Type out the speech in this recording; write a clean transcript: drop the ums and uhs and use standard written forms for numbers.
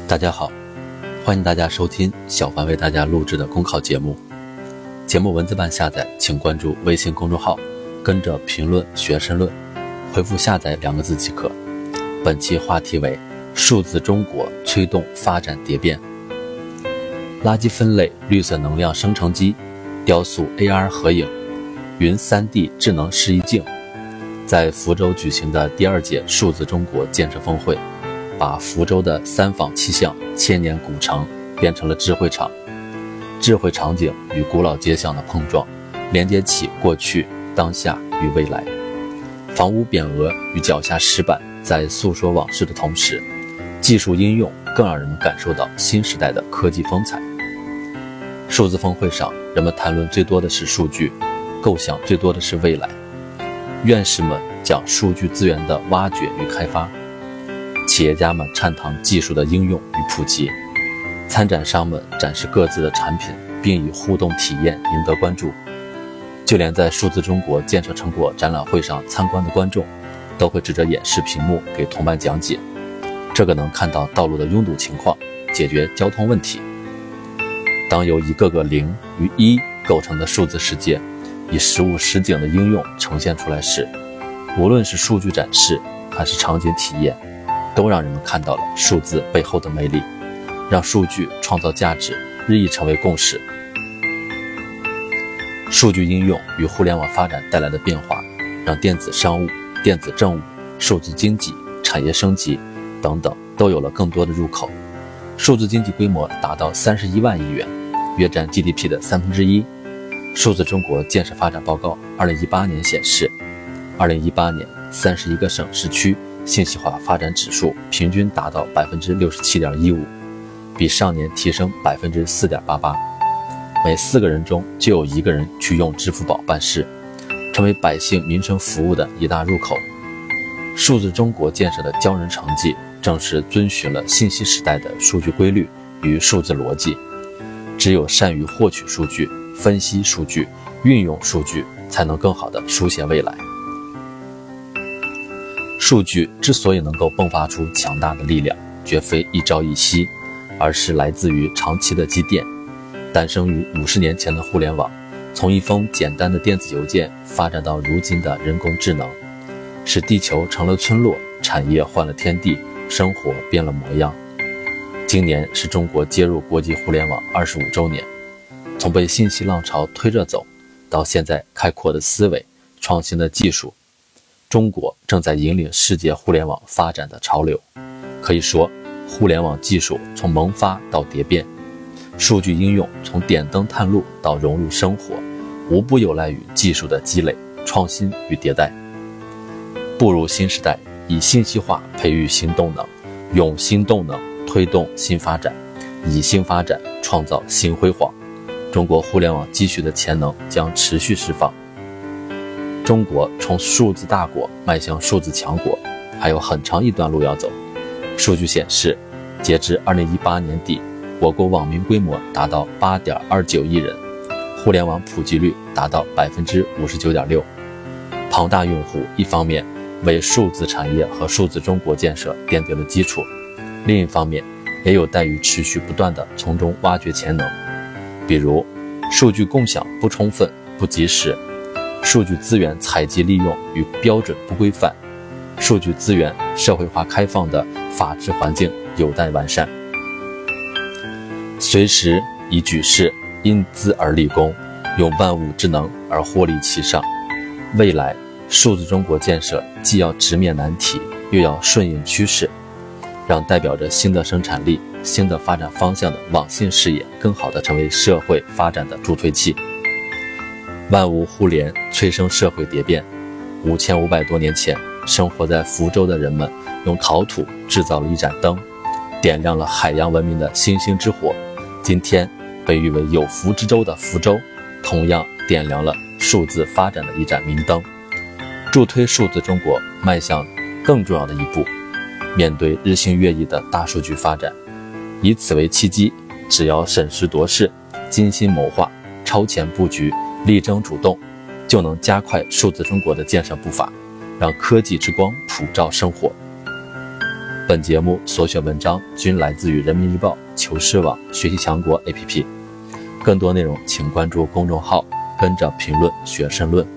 大家好，欢迎大家收听小凡为大家录制的公考节目。节目文字版下载，请关注微信公众号，跟着评论学申论，回复下载2个字即可。本期话题为数字中国催动发展蝶变。垃圾分类绿色能量生成机、雕塑 AR 合影、云 3D 智能试衣镜。在福州举行的第2届数字中国建设峰会，把福州的3坊7巷千年古城变成了智慧场，智慧场景与古老街巷的碰撞，连接起过去、当下与未来。房屋匾额与脚下石板在诉说往事的同时，技术应用更让人们感受到新时代的科技风采。数字峰会上，人们谈论最多的是数据，构想最多的是未来。院士们讲数据资源的挖掘与开发，企业家们畅谈技术的应用与普及，参展商们展示各自的产品，并以互动体验赢得关注。就连在数字中国建设成果展览会上参观的观众，都会指着演示屏幕给同伴讲解，这个能看到道路的拥堵情况，解决交通问题。当由一个个0与1构成的数字世界以实物实景的应用呈现出来时，无论是数据展示还是场景体验，都让人们看到了数字背后的魅力，让数据创造价值日益成为共识。数据应用与互联网发展带来的变化，让电子商务、电子政务、数字经济、产业升级等等都有了更多的入口。数字经济规模达到31万亿元，约占 GDP 的1/3。数字中国建设发展报告2018年显示，2018年31个省市区信息化发展指数平均达到 67.15%， 比上年提升 4.88%， 每4个人中就有1个人去用支付宝办事，成为百姓民生服务的一大入口。数字中国建设的骄人成绩，正是遵循了信息时代的数据规律与数字逻辑。只有善于获取数据、分析数据、运用数据，才能更好地书写未来。数据之所以能够迸发出强大的力量，绝非一朝一夕，而是来自于长期的积淀。诞生于50年前的互联网，从一封简单的电子邮件发展到如今的人工智能，使地球成了村落，产业换了天地，生活变了模样。今年是中国接入国际互联网25周年，从被信息浪潮推着走，到现在开阔的思维、创新的技术，中国正在引领世界互联网发展的潮流。可以说，互联网技术从萌发到蝶变，数据应用从点灯探路到融入生活，无不有赖于技术的积累、创新与迭代。步入新时代，以信息化培育新动能，用新动能推动新发展，以新发展创造新辉煌。中国互联网积蓄的潜能将持续释放。中国从数字大国迈向数字强国，还有很长一段路要走。数据显示，截至2018年底，我国网民规模达到 8.29 亿人，互联网普及率达到 59.6%。庞大用户一方面为数字产业和数字中国建设奠定了基础，另一方面也有待于持续不断地从中挖掘潜能。比如，数据共享不充分、不及时，数据资源采集利用与标准不规范，数据资源社会化开放的法治环境有待完善。随时以举世因资而立功，用万物之能而获利其上。未来数字中国建设既要直面难题，又要顺应趋势，让代表着新的生产力、新的发展方向的网信事业更好地成为社会发展的助推器。万物互联催生社会蝶变。5500多年前，生活在福州的人们用陶土制造了一盏灯，点亮了海洋文明的星星之火。今天被誉为有福之州的福州，同样点亮了数字发展的一盏明灯，助推数字中国迈向更重要的一步。面对日新月异的大数据发展，以此为契机，只要审时度势、精心谋划、超前布局、力争主动，就能加快数字中国的建设步伐，让科技之光普照生活。 本节目所选文章均来自于人民日报、求是网、学习强国 APP。更多内容请关注公众号，跟着评论学申论。